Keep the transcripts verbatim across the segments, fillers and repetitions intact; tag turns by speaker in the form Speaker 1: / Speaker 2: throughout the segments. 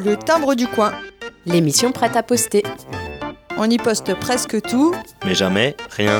Speaker 1: Le timbre du coin.
Speaker 2: L'émission prête à poster.
Speaker 1: On y poste presque tout,
Speaker 3: mais jamais rien.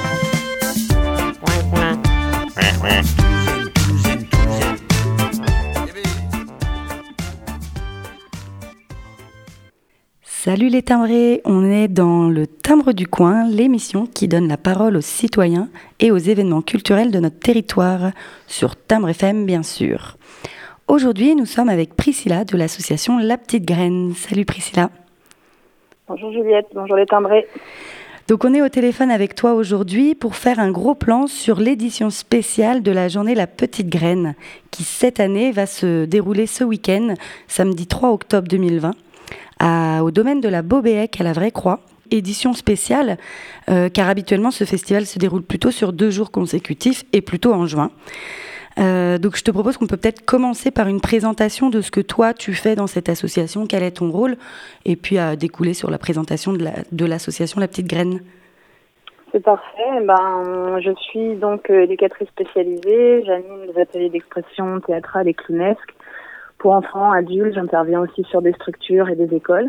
Speaker 4: Salut les timbrés, on est dans le Timbre du coin, l'émission qui donne la parole aux citoyens et aux événements culturels de notre territoire, sur Timbre F M bien sûr. Aujourd'hui, nous sommes avec Priscilla de l'association La Petite Graine. Salut Priscilla.
Speaker 5: Bonjour Juliette, bonjour les timbrés.
Speaker 4: Donc on est au téléphone avec toi aujourd'hui pour faire un gros plan sur l'édition spéciale de la journée La Petite Graine, qui cette année va se dérouler ce week-end, samedi trois octobre deux mille vingt. À, au domaine de la Beaubéec à la Vraie Croix, édition spéciale, euh, car habituellement ce festival se déroule plutôt sur deux jours consécutifs et plutôt en juin. Euh, donc je te propose qu'on peut peut-être commencer par une présentation de ce que toi tu fais dans cette association, quel est ton rôle, et puis à découler sur la présentation de, la, de l'association La Petite Graine.
Speaker 5: C'est parfait, ben, je suis donc euh, éducatrice spécialisée, j'anime des ateliers d'expression théâtrale et clownesque. Pour enfants, adultes, j'interviens aussi sur des structures et des écoles.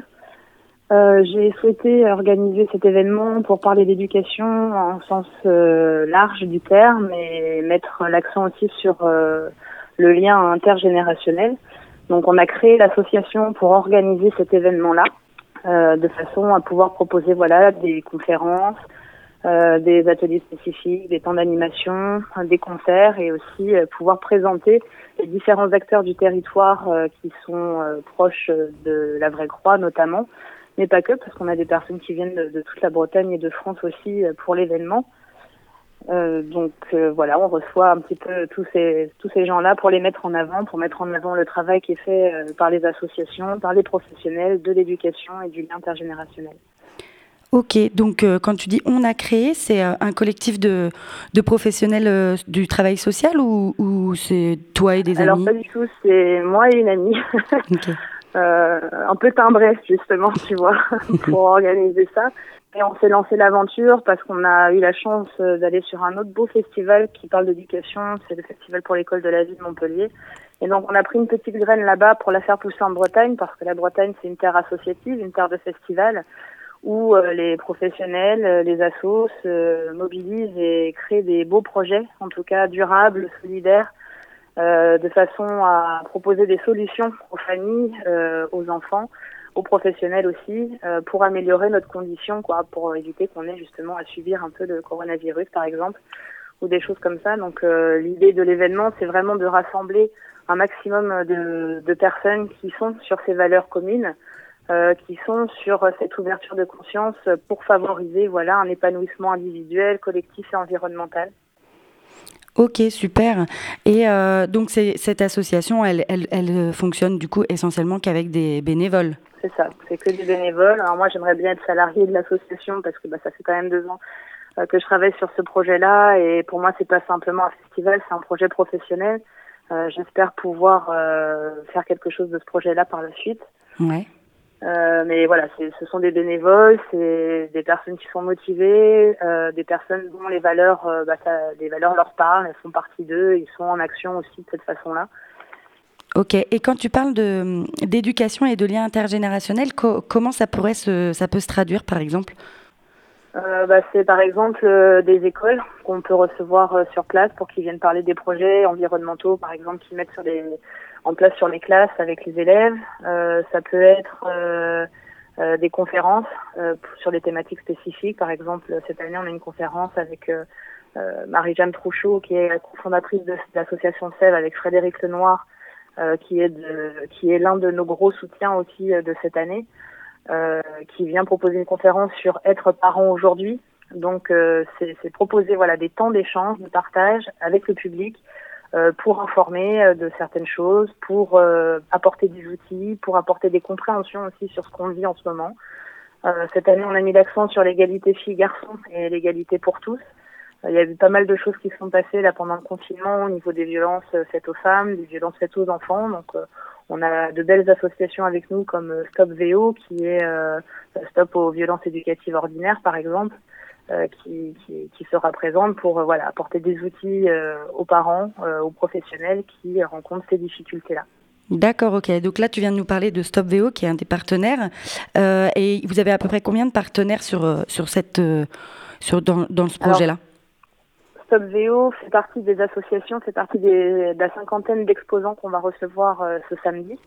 Speaker 5: Euh, j'ai souhaité organiser cet événement pour parler d'éducation en sens euh, large du terme et mettre l'accent aussi sur euh, le lien intergénérationnel. Donc on a créé l'association pour organiser cet événement-là, euh, de façon à pouvoir proposer voilà des conférences, euh, des ateliers spécifiques, des temps d'animation, des concerts et aussi euh, pouvoir présenter les différents acteurs du territoire euh, qui sont euh, proches de la Vraie Croix notamment, mais pas que, parce qu'on a des personnes qui viennent de, de toute la Bretagne et de France aussi euh, pour l'événement. Euh, donc euh, voilà, on reçoit un petit peu tous ces tous ces gens-là pour les mettre en avant, pour mettre en avant le travail qui est fait euh, par les associations, par les professionnels de l'éducation et du lien intergénérationnel.
Speaker 4: Ok, donc euh, quand tu dis on a créé, c'est euh, un collectif de, de professionnels euh, du travail social ou, ou c'est toi et des
Speaker 5: Alors,
Speaker 4: amis?
Speaker 5: Alors pas du tout, c'est moi et une amie, okay. euh, un peu timbrée justement, tu vois, pour organiser ça. Et on s'est lancé l'aventure parce qu'on a eu la chance d'aller sur un autre beau festival qui parle d'éducation, c'est le Festival pour l'école de la vie de Montpellier. Et donc on a pris une petite graine là-bas pour la faire pousser en Bretagne parce que la Bretagne c'est une terre associative, une terre de festival, où euh, les professionnels, euh, les assos se euh, mobilisent et créent des beaux projets, en tout cas durables, solidaires, euh, de façon à proposer des solutions aux familles, euh, aux enfants, aux professionnels aussi, euh, pour améliorer notre condition, quoi, pour éviter qu'on ait justement à subir un peu de coronavirus, par exemple, ou des choses comme ça. Donc euh, l'idée de l'événement, c'est vraiment de rassembler un maximum de, de personnes qui sont sur ces valeurs communes, Euh, qui sont sur cette ouverture de conscience pour favoriser voilà, un épanouissement individuel, collectif et environnemental.
Speaker 4: Ok, super. Et euh, donc c'est, cette association, elle, elle, elle fonctionne du coup essentiellement qu'avec des bénévoles?
Speaker 5: C'est ça, c'est que des bénévoles. Alors moi j'aimerais bien être salariée de l'association parce que bah, ça fait quand même deux ans euh, que je travaille sur ce projet-là et pour moi c'est pas simplement un festival, c'est un projet professionnel. Euh, j'espère pouvoir euh, faire quelque chose de ce projet-là par la suite.
Speaker 4: Ouais.
Speaker 5: Euh, mais voilà, c'est, ce sont des bénévoles, c'est des personnes qui sont motivées, euh, des personnes dont les valeurs, euh, bah, ça, les valeurs leur parlent, elles font partie d'eux, ils sont en action aussi de cette façon-là.
Speaker 4: Ok, et quand tu parles de, d'éducation et de lien intergénérationnel, co- comment ça pourrait se, ça peut se traduire par exemple?
Speaker 5: euh, bah, C'est par exemple euh, des écoles qu'on peut recevoir euh, sur place pour qu'ils viennent parler des projets environnementaux, par exemple, qu'ils mettent sur les... en place sur les classes avec les élèves. Euh, ça peut être euh, euh, des conférences euh, sur des thématiques spécifiques. Par exemple, cette année, on a une conférence avec euh, euh, Marie-Jeanne Trouchot, qui est la cofondatrice de, de l'association Sève, avec Frédéric Lenoir, euh, qui est de, qui est l'un de nos gros soutiens aussi euh, de cette année, euh, qui vient proposer une conférence sur être parent aujourd'hui. Donc, euh, c'est, c'est proposer voilà des temps d'échange, de partage avec le public, Euh, pour informer euh, de certaines choses, pour euh, apporter des outils, pour apporter des compréhensions aussi sur ce qu'on vit en ce moment. Euh, cette année, on a mis l'accent sur l'égalité filles-garçons et l'égalité pour tous. Euh, il y a eu pas mal de choses qui se sont passées là pendant le confinement au niveau des violences euh, faites aux femmes, des violences faites aux enfants. Donc, euh, on a de belles associations avec nous comme euh, Stop V O, qui est euh, Stop aux violences éducatives ordinaires, par exemple. Euh, qui, qui, qui sera présente pour euh, voilà, apporter des outils euh, aux parents, euh, aux professionnels qui rencontrent ces difficultés-là.
Speaker 4: D'accord, ok. Donc là, tu viens de nous parler de Stop V O, qui est un des partenaires. Euh, et vous avez à peu près combien de partenaires sur, euh, sur cette, euh, sur, dans, dans ce projet-là ?
Speaker 5: Stop V O fait partie des associations, fait partie des, de la cinquantaine d'exposants qu'on va recevoir euh, ce samedi.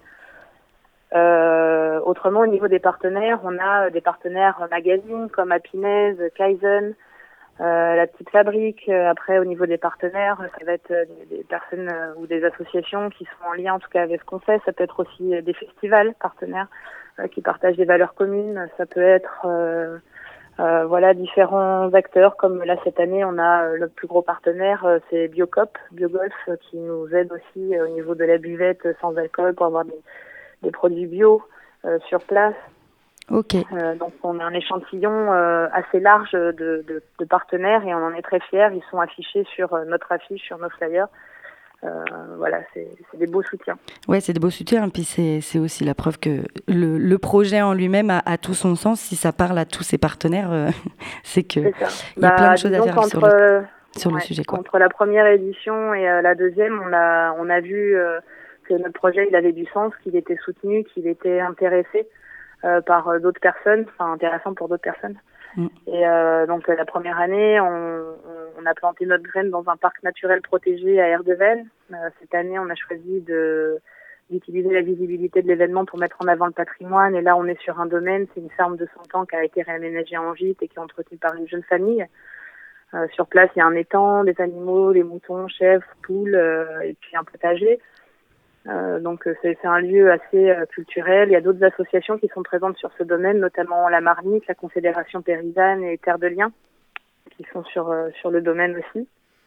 Speaker 5: Euh, autrement, au niveau des partenaires, on a des partenaires magazines comme Happiness, Kaizen, euh, La Petite Fabrique. Après, au niveau des partenaires, ça va être des, des personnes euh, ou des associations qui sont en lien, en tout cas, avec ce qu'on fait. Ça peut être aussi des festivals partenaires euh, qui partagent des valeurs communes. Ça peut être euh, euh, voilà différents acteurs. Comme là cette année, on a euh, le plus gros partenaire, euh, c'est Biocop, Biogolf, euh, qui nous aide aussi euh, au niveau de la buvette euh, sans alcool pour avoir des des produits bio euh, sur place.
Speaker 4: Ok.
Speaker 5: Euh, donc on a un échantillon euh, assez large de, de, de partenaires et on en est très fiers. Ils sont affichés sur euh, notre affiche, sur nos flyers. Euh, voilà, c'est, c'est des beaux soutiens.
Speaker 4: Ouais, c'est des beaux soutiens. Et puis c'est, c'est aussi la preuve que le, le projet en lui-même a, a tout son sens. Si ça parle à tous ses partenaires, euh, c'est que il y a
Speaker 5: bah,
Speaker 4: plein de choses à faire
Speaker 5: entre,
Speaker 4: sur le, sur
Speaker 5: ouais,
Speaker 4: le sujet, quoi.
Speaker 5: Entre la première édition et euh, la deuxième, on a on a vu euh, que notre projet il avait du sens, qu'il était soutenu, qu'il était intéressé euh, par euh, d'autres personnes, enfin intéressant pour d'autres personnes. Mm. Et euh, donc euh, la première année, on, on a planté notre graine dans un parc naturel protégé à Erdeven. Euh, cette année, on a choisi de d'utiliser la visibilité de l'événement pour mettre en avant le patrimoine. Et là, on est sur un domaine, c'est une ferme de cent ans qui a été réaménagée en gîte et qui est entretenue par une jeune famille. Euh, sur place, il y a un étang, des animaux, des moutons, chèvres, poules, euh, et puis un potager. Euh, donc c'est, c'est un lieu assez euh, culturel. Il y a d'autres associations qui sont présentes sur ce domaine, notamment la Marnique, la Confédération Paysanne et Terre de Liens, qui sont sur euh, sur le domaine aussi.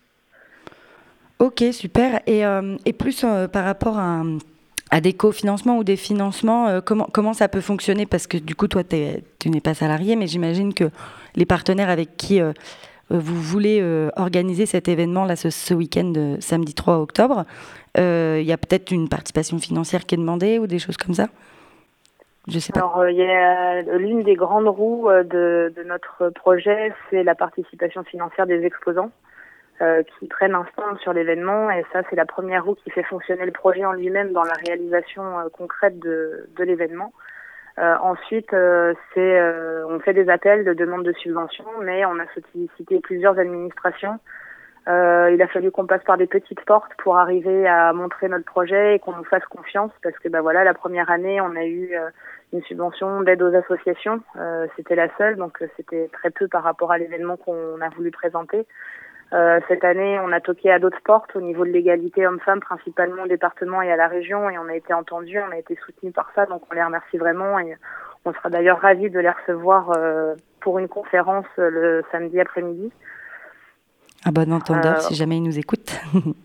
Speaker 4: Ok, super. Et, euh, et plus euh, par rapport à, à des cofinancements ou des financements, euh, comment comment ça peut fonctionner ? Parce que du coup, toi, t'es, tu n'es pas salarié, mais j'imagine que les partenaires avec qui euh, vous voulez euh, organiser cet événement là ce, ce week-end de samedi trois octobre, il euh, y a peut-être une participation financière qui est demandée ou des choses comme ça ? Je sais pas.
Speaker 5: Alors il euh, y a l'une des grandes roues de, de notre projet, c'est la participation financière des exposants euh, qui prennent un stand sur l'événement, et ça c'est la première roue qui fait fonctionner le projet en lui-même dans la réalisation euh, concrète de, de l'événement. Euh, ensuite, euh, c'est, euh, on fait des appels de demande de subvention, mais on a sollicité plusieurs administrations. Euh, il a fallu qu'on passe par des petites portes pour arriver à montrer notre projet et qu'on nous fasse confiance, parce que bah voilà, la première année, on a eu euh, une subvention d'aide aux associations. Euh, c'était la seule, donc euh, c'était très peu par rapport à l'événement qu'on a voulu présenter. Euh, cette année, on a toqué à d'autres portes au niveau de l'égalité homme-femme, principalement au département et à la région, et on a été entendus, on a été soutenus par ça, donc on les remercie vraiment, et on sera d'ailleurs ravis de les recevoir euh, pour une conférence euh, le samedi après-midi.
Speaker 4: À bon entendeur, euh... si jamais ils nous écoutent.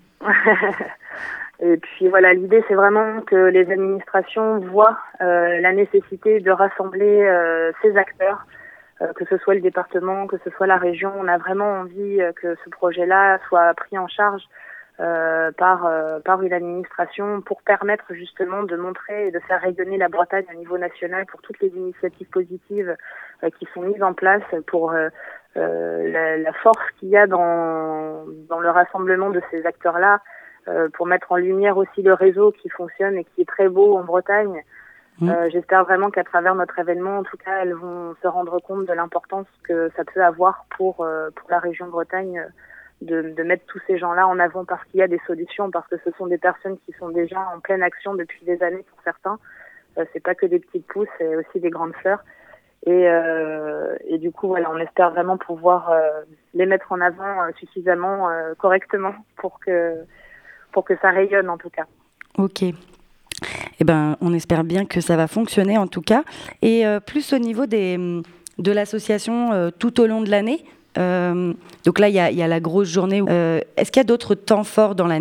Speaker 5: Et puis voilà, l'idée c'est vraiment que les administrations voient euh, la nécessité de rassembler euh, ces acteurs, Euh, que ce soit le département, que ce soit la région. On a vraiment envie euh, que ce projet-là soit pris en charge euh, par euh, par une administration pour permettre justement de montrer et de faire rayonner la Bretagne au niveau national pour toutes les initiatives positives euh, qui sont mises en place, pour euh, euh, la, la force qu'il y a dans dans le rassemblement de ces acteurs-là, euh, pour mettre en lumière aussi le réseau qui fonctionne et qui est très beau en Bretagne. Euh, j'espère vraiment qu'à travers notre événement, en tout cas, elles vont se rendre compte de l'importance que ça peut avoir pour euh, pour la région Bretagne de, de mettre tous ces gens-là en avant, parce qu'il y a des solutions, parce que ce sont des personnes qui sont déjà en pleine action depuis des années pour certains. Euh, c'est pas que des petites pousses, c'est aussi des grandes fleurs. Et, euh, et du coup, voilà, on espère vraiment pouvoir euh, les mettre en avant euh, suffisamment euh, correctement pour que pour que ça rayonne en tout cas.
Speaker 4: Ok. Eh ben, on espère bien que ça va fonctionner en tout cas. Et euh, plus au niveau des, de l'association euh, tout au long de l'année. Euh, donc là, il y a, y a la grosse journée. Euh, est-ce qu'il y a d'autres temps forts dans l'année ?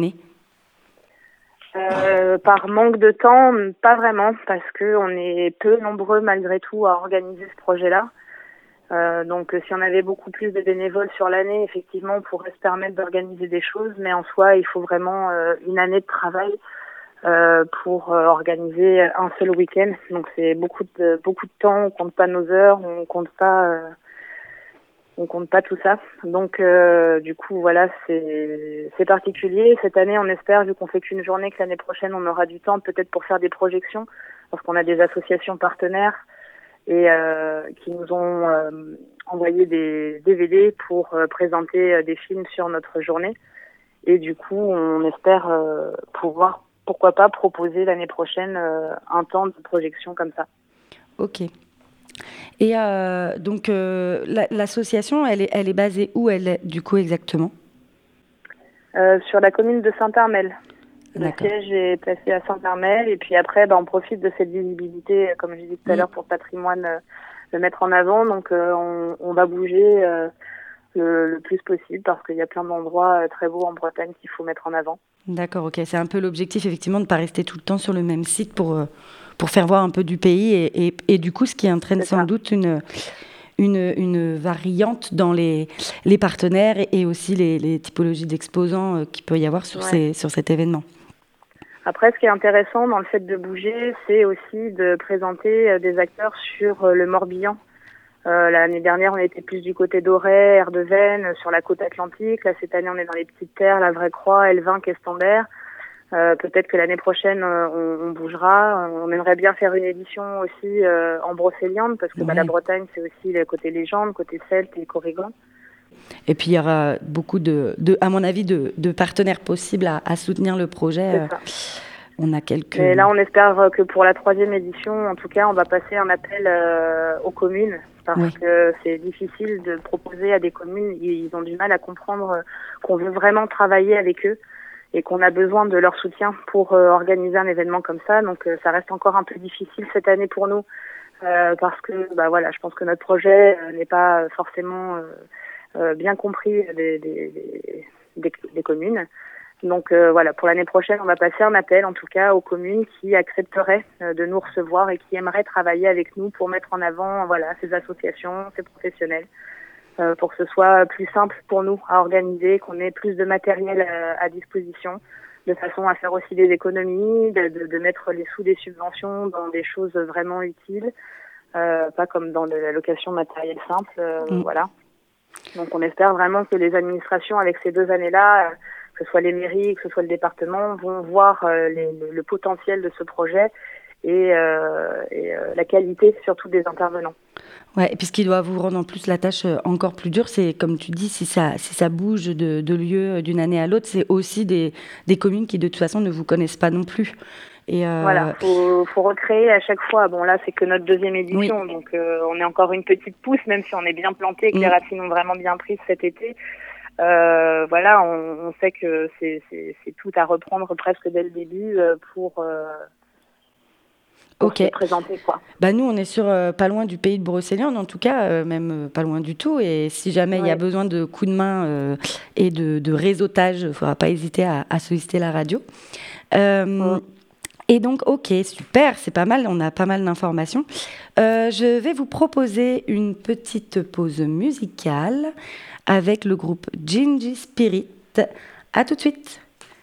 Speaker 5: euh, Par manque de temps, pas vraiment, parce qu'on est peu nombreux malgré tout à organiser ce projet-là. Euh, donc si on avait beaucoup plus de bénévoles sur l'année, effectivement, on pourrait se permettre d'organiser des choses. Mais en soi, il faut vraiment euh, une année de travail Euh, pour euh, organiser un seul week-end. Donc c'est beaucoup de beaucoup de temps, on compte pas nos heures, on compte pas euh, on compte pas tout ça. Donc euh, du coup voilà, c'est c'est particulier. Cette année, on espère, vu qu'on fait qu'une journée, que l'année prochaine on aura du temps peut-être pour faire des projections, parce qu'on a des associations partenaires et euh, qui nous ont euh, envoyé des D V D pour euh, présenter euh, des films sur notre journée. Et du coup, on espère euh, pouvoir, pourquoi pas, proposer l'année prochaine euh, un temps de projection comme ça.
Speaker 4: Ok. Et euh, donc, euh, la, l'association, elle est, elle est basée où, elle est, du coup, exactement ?
Speaker 5: euh, Sur la commune de Saint-Armel. Le
Speaker 4: D'accord.
Speaker 5: siège est placé à Saint-Armel. Et puis après, bah, on profite de cette visibilité, comme je disais tout à
Speaker 4: Mmh.
Speaker 5: l'heure, pour le patrimoine, euh, le mettre en avant. Donc, euh, on, on va bouger euh, le, le plus possible, parce qu'il y a plein d'endroits euh, très beaux en Bretagne qu'il faut mettre en avant.
Speaker 4: D'accord, ok. C'est un peu l'objectif, effectivement, de ne pas rester tout le temps sur le même site pour, euh, pour faire voir un peu du pays. Et, et, et du coup, ce qui entraîne
Speaker 5: C'est
Speaker 4: sans
Speaker 5: ça.
Speaker 4: doute une, une, une variante dans les, les partenaires et, et aussi les, les typologies d'exposants euh, qu'il peut y avoir sur,
Speaker 5: Ouais.
Speaker 4: ces, sur cet événement.
Speaker 5: Après, ce qui est intéressant dans le fait de bouger, c'est aussi de présenter euh, des acteurs sur euh, le Morbihan. Euh, l'année dernière, on était plus du côté d'Auray, Erdevenne, sur la côte atlantique. Là, cette année, on est dans les petites terres, la Vraie Croix, Elvin, Questembert. Euh, peut-être que l'année prochaine, euh, on, on bougera. On aimerait bien faire une édition aussi euh, en brocéliande, parce que bah,
Speaker 4: Ouais.
Speaker 5: la Bretagne, c'est aussi le côté légende, côté celte et corrigan.
Speaker 4: Et puis, il y aura beaucoup, de, de, à mon avis, de, de partenaires possibles à, à soutenir le projet.
Speaker 5: C'est
Speaker 4: Euh,
Speaker 5: ça.
Speaker 4: On a quelques...
Speaker 5: Et là, on espère que pour la troisième édition, en tout cas, on va passer un appel euh, aux communes, parce
Speaker 4: Oui.
Speaker 5: que c'est difficile de proposer à des communes, ils ont du mal à comprendre qu'on veut vraiment travailler avec eux et qu'on a besoin de leur soutien pour euh, organiser un événement comme ça. Donc, euh, ça reste encore un peu difficile cette année pour nous, euh, parce que, bah voilà, je pense que notre projet euh, n'est pas forcément euh, euh, bien compris des, des, des, des, des communes. Donc euh, voilà, pour l'année prochaine, on va passer un appel, en tout cas, aux communes qui accepteraient euh, de nous recevoir et qui aimeraient travailler avec nous pour mettre en avant, voilà, ces associations, ces professionnels, euh, pour que ce soit plus simple pour nous à organiser, qu'on ait plus de matériel euh, à disposition, de façon à faire aussi des économies, de, de, de mettre les sous des subventions dans des choses vraiment utiles, euh, pas comme dans de la location de matériel simple, euh,
Speaker 4: Mm.
Speaker 5: voilà. Donc on espère vraiment que les administrations, avec ces deux années-là, euh, que ce soit les mairies, que ce soit le département, vont voir euh, les, le, le potentiel de ce projet et, euh, et euh, la qualité surtout des intervenants.
Speaker 4: Ouais, et puis ce qui doit vous rendre en plus la tâche euh, encore plus dure, c'est, comme tu dis, si ça, si ça bouge de, de lieu d'une année à l'autre, c'est aussi des, des communes qui de toute façon ne vous connaissent pas non plus. Et euh...
Speaker 5: Voilà, faut, faut recréer à chaque fois. Bon là, c'est que notre deuxième édition, oui. donc euh, on est encore une petite pousse, même si on est bien planté et que mmh. les racines ont vraiment bien pris cet été. Euh, voilà, on, on sait que c'est, c'est, c'est tout à reprendre presque dès le début euh, pour, euh, pour
Speaker 4: okay.
Speaker 5: se présenter, quoi.
Speaker 4: Bah nous, on est sur euh, pas loin du pays de Brocéliande, en tout cas, euh, même euh, pas loin du tout. Et si jamais il ouais. y a besoin de coups de main euh, et de, de réseautage, il ne faudra pas hésiter à, à solliciter la radio. Euh, ouais. Et donc, ok, super, c'est pas mal, on a pas mal d'informations. Euh, je vais vous proposer une petite pause musicale avec le groupe Gingy Spirit. À tout de suite.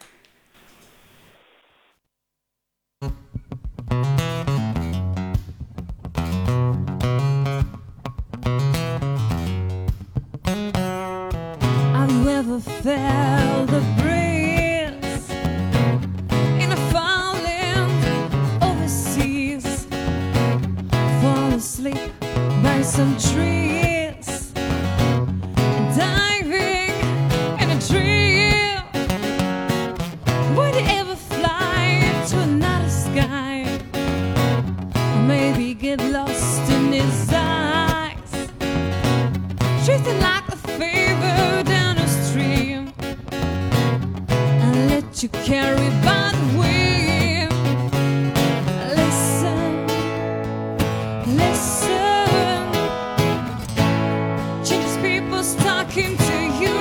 Speaker 3: I've never felt the breeze in a far land overseas. Fall asleep by some trees. You carry by the wind. Listen, listen. Changes people's talking to you.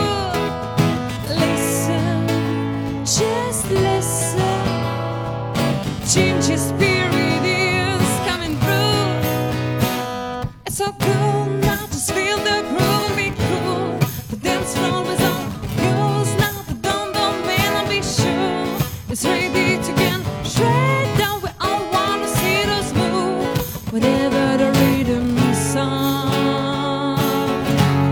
Speaker 3: Listen, just listen. Changes spirit is coming through. It's so cool now, just feel the groove, be cool. The dance floor is on. It's ready to get straight down. We all wanna see us move, whatever the rhythm song.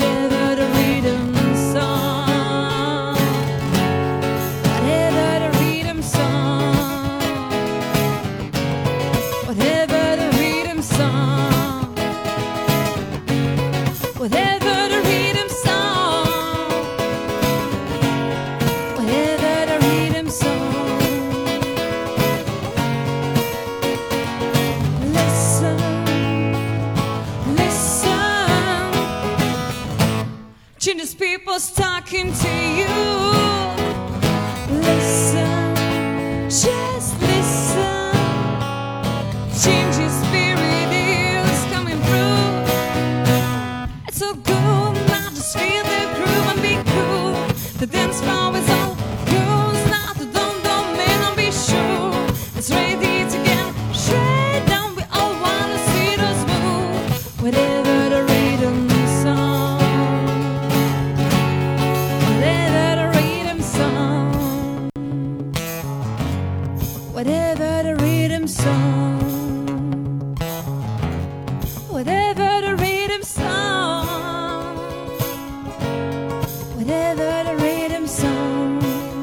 Speaker 3: whatever the rhythm song, whatever the rhythm song, whatever the rhythm song, whatever the rhythm song, whatever the rhythm song. Listen, listen, Chinese people's talking to you. Listen, just listen. Chinese spirit is coming through. It's so cool, now just feel the groove and be cool. The dance floor is all yours now, the don't don't man, I'll be sure. It's ready to get straight down, we all wanna see us move. Whatever the rhythm song, whatever the rhythm song, whatever the rhythm song, whatever the rhythm song, whatever the rhythm song.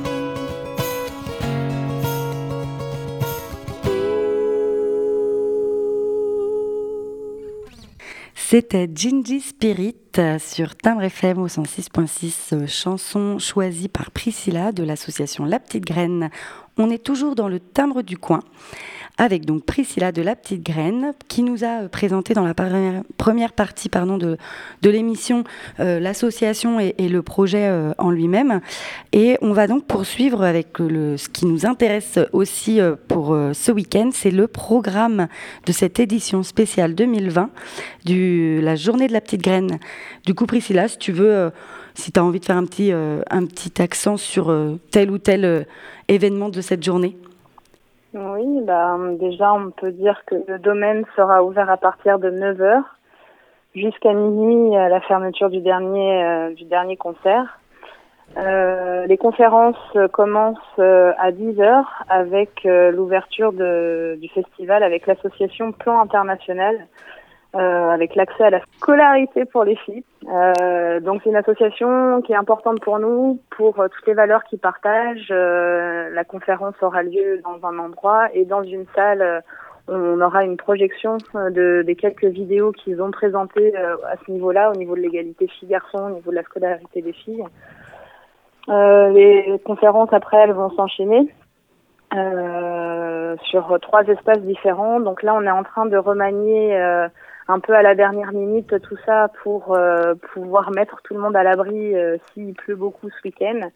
Speaker 4: C'était Gingy Spirit sur Timbre F M au cent six virgule six, chanson choisie par Priscilla de l'association La Petite Graine. On est toujours dans le timbre du coin avec donc Priscilla de La Petite Graine qui nous a présenté dans la par- première partie pardon, de, de l'émission euh, l'association et, et le projet euh, en lui-même. Et on va donc poursuivre avec le, ce qui nous intéresse aussi euh, pour euh, ce week-end, c'est le programme de cette édition spéciale deux mille vingt de la journée de la petite graine. Du coup, Priscilla, si tu veux, euh, si tu as envie de faire un petit, euh, un petit accent sur euh, tel ou tel euh, événement de cette journée.
Speaker 5: Oui, bah, déjà, on peut dire que le domaine sera ouvert à partir de neuf heures jusqu'à minuit, à la fermeture du dernier, euh, du dernier concert. Euh, les conférences commencent euh, à dix heures avec euh, l'ouverture de, du festival avec l'association Plan International, euh, avec l'accès à la scolarité pour les filles. Euh, donc c'est une association qui est importante pour nous, pour euh, toutes les valeurs qu'ils partagent. Euh, la conférence aura lieu dans un endroit et dans une salle, euh, on aura une projection euh, de, des quelques vidéos qu'ils ont présentées euh, à ce niveau-là, au niveau de l'égalité filles-garçons, au niveau de la scolarité des filles. Euh, les conférences après elles vont s'enchaîner euh, sur trois espaces différents. Donc là on est en train de remanier euh, un peu à la dernière minute tout ça pour euh, pouvoir mettre tout le monde à l'abri euh, s'il pleut beaucoup ce week-end.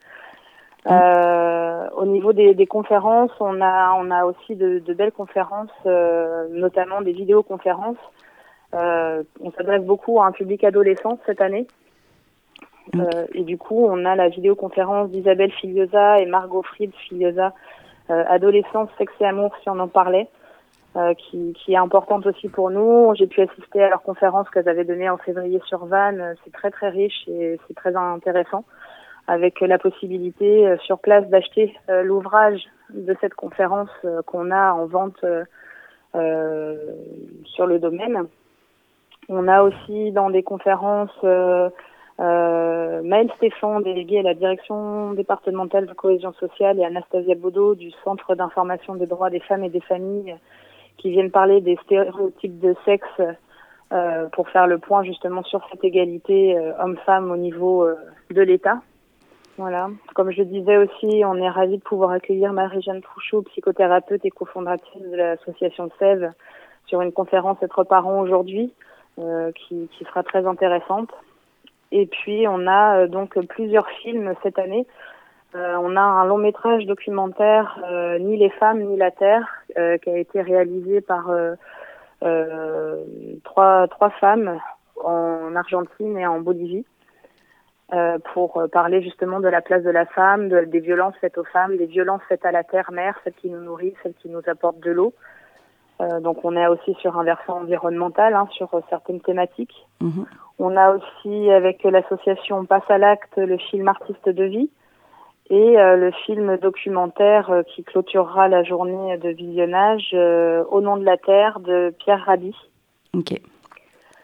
Speaker 5: Euh, au niveau des, des conférences, on a on a aussi de, de belles conférences, euh, notamment des vidéoconférences. Euh, on s'adresse beaucoup à un public adolescent cette année. Euh, et du coup, on a la vidéoconférence d'Isabelle Filiosa et Margot Fried Filiosa, euh, Adolescence, sexe et amour, si on en parlait, euh, qui, qui est importante aussi pour nous. J'ai pu assister à leur conférence qu'elles avaient donnée en février sur Vannes. C'est très très riche et c'est très intéressant, avec la possibilité euh, sur place d'acheter euh, l'ouvrage de cette conférence euh, qu'on a en vente euh, euh, sur le domaine. On a aussi dans des conférences euh, Euh, Maëlle Stéphane, déléguée à la direction départementale de cohésion sociale, et Anastasia Baudot du Centre d'information des droits des femmes et des familles, qui viennent parler des stéréotypes de sexe euh, pour faire le point justement sur cette égalité euh, homme-femme au niveau euh, de l'État. Voilà. Comme je disais aussi, on est ravis de pouvoir accueillir Marie-Jeanne Trouchot, psychothérapeute et cofondatrice de l'association S E V, sur une conférence Être parent aujourd'hui, euh, qui, qui sera très intéressante. Et puis, on a euh, donc plusieurs films cette année. Euh, on a un long métrage documentaire, euh, Ni les femmes, ni la terre, euh, qui a été réalisé par euh, euh, trois, trois femmes en Argentine et en Bolivie, euh, pour parler justement de la place de la femme, de, des violences faites aux femmes, des violences faites à la terre-mère, celles qui nous nourrissent, celles qui nous apportent de l'eau. Euh, donc, on est aussi sur un versant environnemental, hein, sur euh, certaines thématiques. Mmh. On a aussi, avec l'association Passe à l'acte, le film Artistes de vie et euh, le film documentaire euh, qui clôturera la journée de visionnage, euh, Au nom de la terre, de Pierre Rabhi.
Speaker 4: Ok.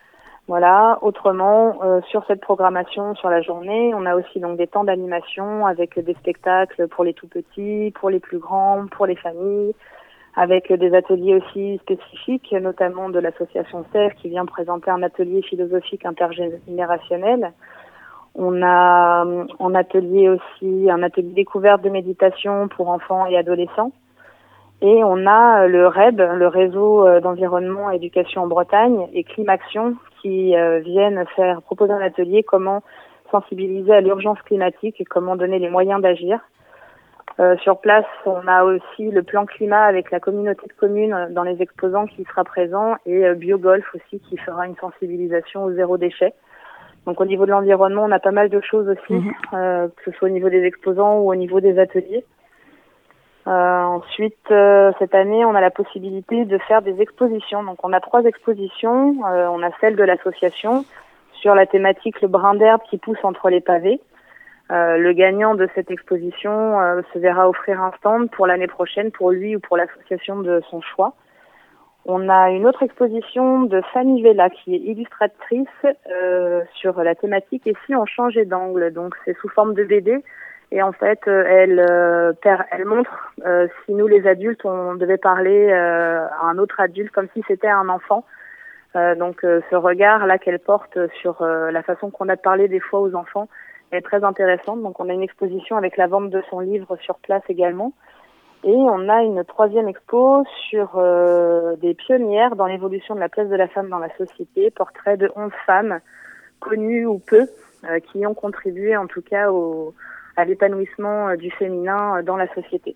Speaker 5: Voilà. Autrement, euh, sur cette programmation, sur la journée, on a aussi donc des temps d'animation avec des spectacles pour les tout petits, pour les plus grands, pour les familles, avec des ateliers aussi spécifiques, notamment de l'association S E F qui vient présenter un atelier philosophique intergénérationnel. On a en atelier aussi un atelier découverte de méditation pour enfants et adolescents. Et on a le R E B, le réseau d'environnement et éducation en Bretagne, et Climaction, qui euh, viennent faire proposer un atelier comment sensibiliser à l'urgence climatique et comment donner les moyens d'agir. Euh, sur place, on a aussi le plan climat avec la communauté de communes dans les exposants qui sera présent et euh, Biogolf aussi qui fera une sensibilisation au zéro déchet. Donc au niveau de l'environnement, on a pas mal de choses aussi, mmh. euh, que ce soit au niveau des exposants ou au niveau des ateliers. Euh, ensuite, euh, cette année, on a la possibilité de faire des expositions. Donc, on a trois expositions. Euh, on a celle de l'association sur la thématique le brin d'herbe qui pousse entre les pavés. Euh, le gagnant de cette exposition euh, se verra offrir un stand pour l'année prochaine pour lui ou pour l'association de son choix. On a une autre exposition de Fanny Vella qui est illustratrice euh, sur la thématique et si on changeait d'angle. Donc, c'est sous forme de B D. Et en fait, euh, elle, euh, per, elle montre euh, si nous, les adultes, on devait parler euh, à un autre adulte comme si c'était un enfant. Euh, donc, euh, ce regard-là qu'elle porte sur euh, la façon qu'on a de parler des fois aux enfants est très intéressante. Donc, on a une exposition avec la vente de son livre sur place également. Et on a une troisième expo sur euh, des pionnières dans l'évolution de la place de la femme dans la société, portrait de onze femmes, connues ou peu, euh, qui ont contribué en tout cas au... à l'épanouissement du féminin dans la société.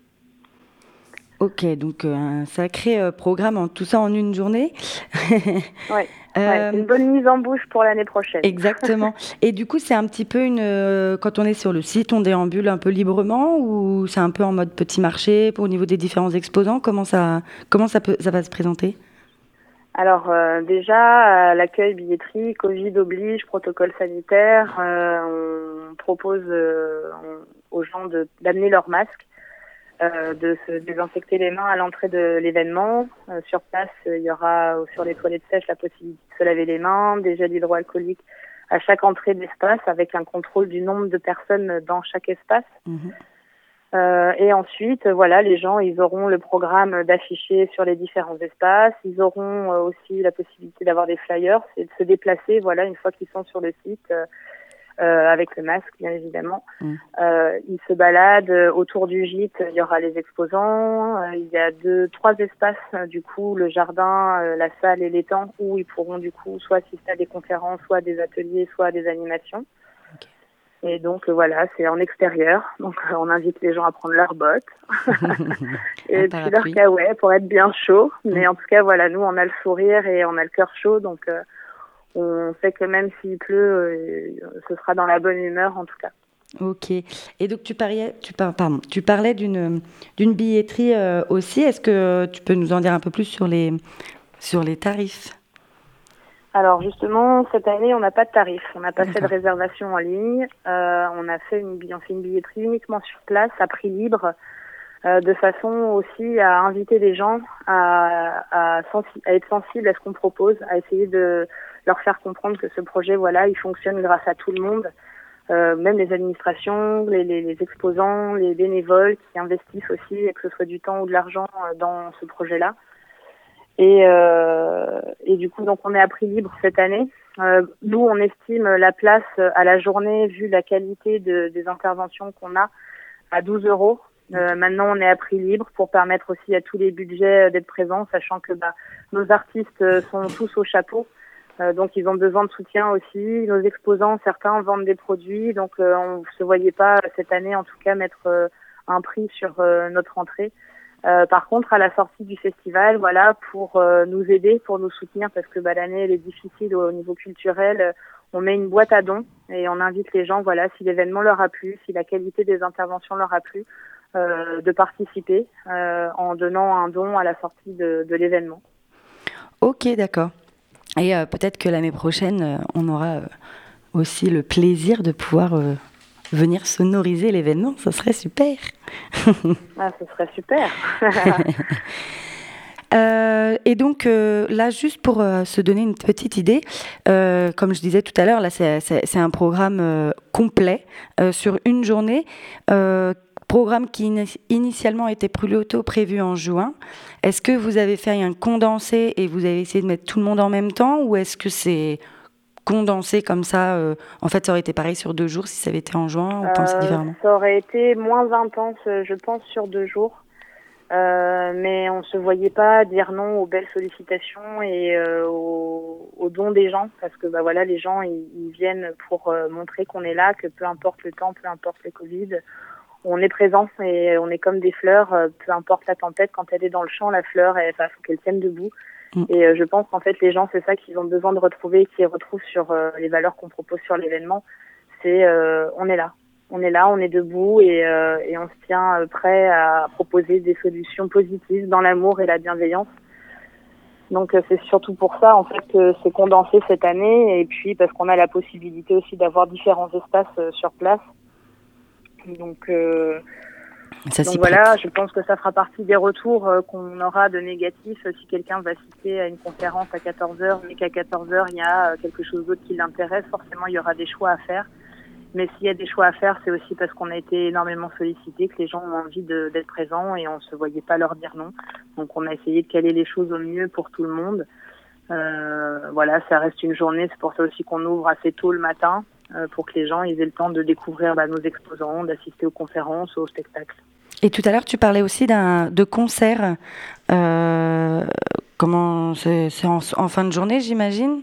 Speaker 4: Ok, donc euh, un sacré euh, programme, en, tout ça en une journée.
Speaker 5: Ouais,
Speaker 4: euh,
Speaker 5: ouais, c'est une bonne mise en bouche pour l'année prochaine.
Speaker 4: Exactement. Et du coup, c'est un petit peu une... Euh, quand on est sur le site, on déambule un peu librement ou c'est un peu en mode petit marché pour, au niveau des différents exposants? Comment ça, comment ça, peut, ça va se présenter?
Speaker 5: Alors euh, déjà, à l'accueil billetterie, Covid oblige, protocole sanitaire, euh, on propose euh, on, aux gens de, d'amener leur masque, euh, de se désinfecter les mains à l'entrée de l'événement. Euh, sur place, il y aura sur les toilettes sèches la possibilité de se laver les mains, des gels hydroalcooliques à chaque entrée d'espace avec un contrôle du nombre de personnes dans chaque espace. Mmh. Euh, et ensuite, voilà, les gens, ils auront le programme d'afficher sur les différents espaces. Ils auront euh, aussi la possibilité d'avoir des flyers et de se déplacer, voilà, une fois qu'ils sont sur le site, euh, euh, avec le masque, bien évidemment. Mmh. Euh, ils se baladent autour du gîte. Il y aura les exposants. Euh, il y a deux, trois espaces, euh, du coup, le jardin, euh, la salle et l'étang, où ils pourront, du coup, soit assister à des conférences, soit à des ateliers, soit à des animations. Et donc, euh, voilà, c'est en extérieur. Donc, euh, on invite les gens à prendre leurs bottes et puis leurs caouets pour être bien chaud. Mais mmh. en tout cas, voilà, nous, on a le sourire et on a le cœur chaud. Donc, euh, on sait que même s'il pleut, euh, ce sera dans la bonne humeur, en tout cas.
Speaker 4: Ok. Et donc, tu parlais, tu par, pardon, tu parlais d'une, d'une billetterie euh, aussi. Est-ce que tu peux nous en dire un peu plus sur les, sur les tarifs ?
Speaker 5: Alors justement, cette année, on n'a pas de tarif. On n'a pas D'accord. fait de réservation en ligne. Euh, on a fait une, on fait une billetterie uniquement sur place, à prix libre, euh, de façon aussi à inviter les gens à, à, sensi- à être sensibles à ce qu'on propose, à essayer de leur faire comprendre que ce projet, voilà, il fonctionne grâce à tout le monde, euh, même les administrations, les, les, les exposants, les bénévoles qui investissent aussi, que ce soit du temps ou de l'argent, dans ce projet-là. Et, euh, et du coup, donc on est à prix libre cette année. Euh, nous, on estime la place à la journée, vu la qualité de, des interventions qu'on a, à douze euros. Euh, maintenant, on est à prix libre pour permettre aussi à tous les budgets d'être présents, sachant que bah, nos artistes sont tous au chapeau. Euh, donc, ils ont besoin de soutien aussi. Nos exposants, certains vendent des produits. Donc, euh, on ne se voyait pas cette année, en tout cas, mettre euh, un prix sur euh, notre entrée. Euh, par contre, à la sortie du festival, voilà, pour euh, nous aider, pour nous soutenir, parce que bah, l'année elle est difficile au, au niveau culturel, euh, on met une boîte à dons et on invite les gens, voilà, si l'événement leur a plu, si la qualité des interventions leur a plu, euh, de participer euh, en donnant un don à la sortie de, de l'événement.
Speaker 4: Ok, d'accord. Et euh, peut-être que l'année prochaine, euh, on aura euh, aussi le plaisir de pouvoir euh, venir sonoriser l'événement. Ça serait super.
Speaker 5: Ah, ce serait super.
Speaker 4: Euh, et donc euh, là, juste pour euh, se donner une petite idée, euh, comme je disais tout à l'heure, là c'est, c'est, c'est un programme euh, complet euh, sur une journée. Euh, Programme qui in- initialement était plutôt prévu en juin. Est-ce que vous avez fait un condensé et vous avez essayé de mettre tout le monde en même temps, ou est-ce que c'est condensé comme ça euh, En fait, ça aurait été pareil sur deux jours si ça avait été en juin, ou pensez
Speaker 5: Euh,
Speaker 4: différemment?
Speaker 5: ça aurait été moins intense, euh, je pense, sur deux jours. Euh, mais on se voyait pas dire non aux belles sollicitations et euh, aux, aux dons des gens, parce que bah voilà, les gens ils, ils viennent pour euh, montrer qu'on est là, que peu importe le temps, peu importe le Covid, on est présent et on est comme des fleurs, euh, peu importe la tempête, quand elle est dans le champ, la fleur, il faut qu'elle tienne debout. Mm. Et euh, je pense qu'en fait les gens, c'est ça qu'ils ont besoin de retrouver et qu'ils retrouvent sur euh, les valeurs qu'on propose sur l'événement, c'est euh, on est là. On est là, on est debout et, euh, et on se tient euh, prêt à proposer des solutions positives dans l'amour et la bienveillance. Donc euh, c'est surtout pour ça en fait que c'est condensé cette année, et puis parce qu'on a la possibilité aussi d'avoir différents espaces euh, sur place. Donc, euh,
Speaker 4: ça
Speaker 5: donc voilà, je pense que ça fera partie des retours euh, qu'on aura de négatifs euh, si quelqu'un va citer à une conférence à quatorze heures, mais qu'à quatorze heures il y a euh, quelque chose d'autre qui l'intéresse. Forcément il y aura des choix à faire. Mais s'il y a des choix à faire, c'est aussi parce qu'on a été énormément sollicités, que les gens ont envie de, d'être présents et on se voyait pas leur dire non. Donc on a essayé de caler les choses au mieux pour tout le monde. Euh, voilà, ça reste une journée, c'est pour ça aussi qu'on ouvre assez tôt le matin, euh, pour que les gens ils aient le temps de découvrir bah, nos exposants, d'assister aux conférences, aux spectacles.
Speaker 4: Et tout à l'heure, tu parlais aussi d'un, de concert. Euh, comment c'est, c'est en, en fin de journée, j'imagine?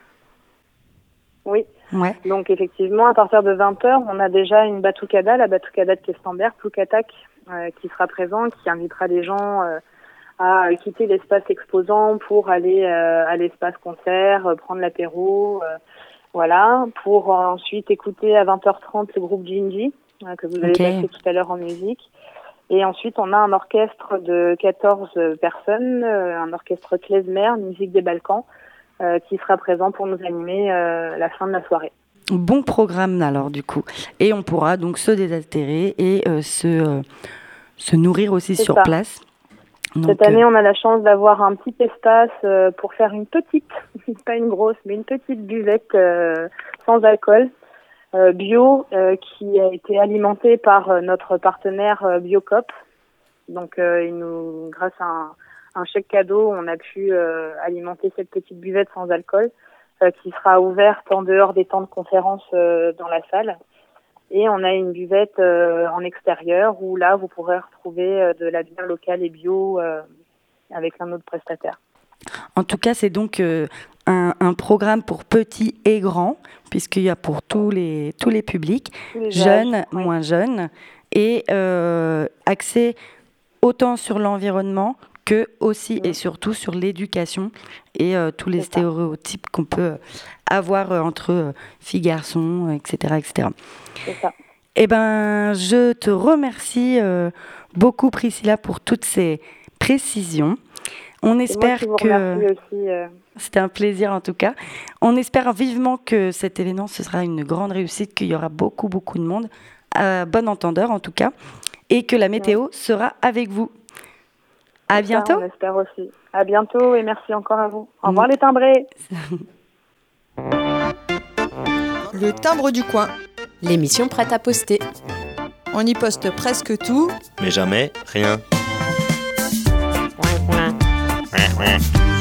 Speaker 5: Oui.
Speaker 4: Ouais.
Speaker 5: Donc effectivement, à partir de vingt heures, on a déjà une batucada, la batucada de Questemberg, Ploucattac, euh, qui sera présent, qui invitera les gens euh, à quitter l'espace exposant pour aller euh, à l'espace concert, euh, prendre l'apéro, euh, voilà, pour euh, ensuite écouter à vingt heures trente le groupe Gingy, euh, que vous avez
Speaker 4: Okay.
Speaker 5: passé tout à l'heure en musique. Et ensuite, on a un orchestre de quatorze personnes, euh, un orchestre klezmer, musique des Balkans, Euh, qui sera présent pour nous animer euh, la fin de la soirée.
Speaker 4: Bon programme alors du coup. Et on pourra donc se désaltérer et euh, se, euh, se nourrir aussi
Speaker 5: C'est
Speaker 4: sur
Speaker 5: ça.
Speaker 4: place. Donc,
Speaker 5: Cette année, on a la chance d'avoir un petit espace euh, pour faire une petite, pas une grosse, mais une petite buvette euh, sans alcool, euh, bio, euh, qui a été alimentée par euh, notre partenaire euh, Biocop. Donc, euh, il nous, grâce à un un chèque cadeau, on a pu euh, alimenter cette petite buvette sans alcool euh, qui sera ouverte en dehors des temps de conférence euh, dans la salle. Et on a une buvette euh, en extérieur où là, vous pourrez retrouver euh, de la bière locale et bio euh, avec un autre prestataire.
Speaker 4: En tout cas, c'est donc euh, un, un programme pour petits et grands, puisqu'il y a pour tous les, tous les publics,
Speaker 5: Tous les
Speaker 4: jeunes,
Speaker 5: âges, oui.
Speaker 4: moins jeunes, et euh, axé autant sur l'environnement que aussi et surtout sur l'éducation et euh, tous les
Speaker 5: C'est ça.
Speaker 4: stéréotypes qu'on peut avoir euh, entre euh, filles, garçons, et cetera, et cetera.
Speaker 5: C'est ça.
Speaker 4: Eh ben, je te remercie euh, beaucoup, Priscilla, pour toutes ces précisions. On
Speaker 5: C'est
Speaker 4: espère
Speaker 5: moi qui vous
Speaker 4: que
Speaker 5: remercie aussi. euh,
Speaker 4: c'était un plaisir en tout cas. On espère vivement que cet événement ce sera une grande réussite, qu'il y aura beaucoup beaucoup de monde, à bon entendeur en tout cas, et que la météo sera avec vous. À
Speaker 5: c'est ça,
Speaker 4: bientôt.
Speaker 5: on espère aussi. À bientôt et merci encore à vous. Au revoir les timbrés.
Speaker 1: Le timbre du coin.
Speaker 2: L'émission prête à poster.
Speaker 1: On y poste presque tout.
Speaker 6: Mais jamais rien.
Speaker 7: Ouais, ouais.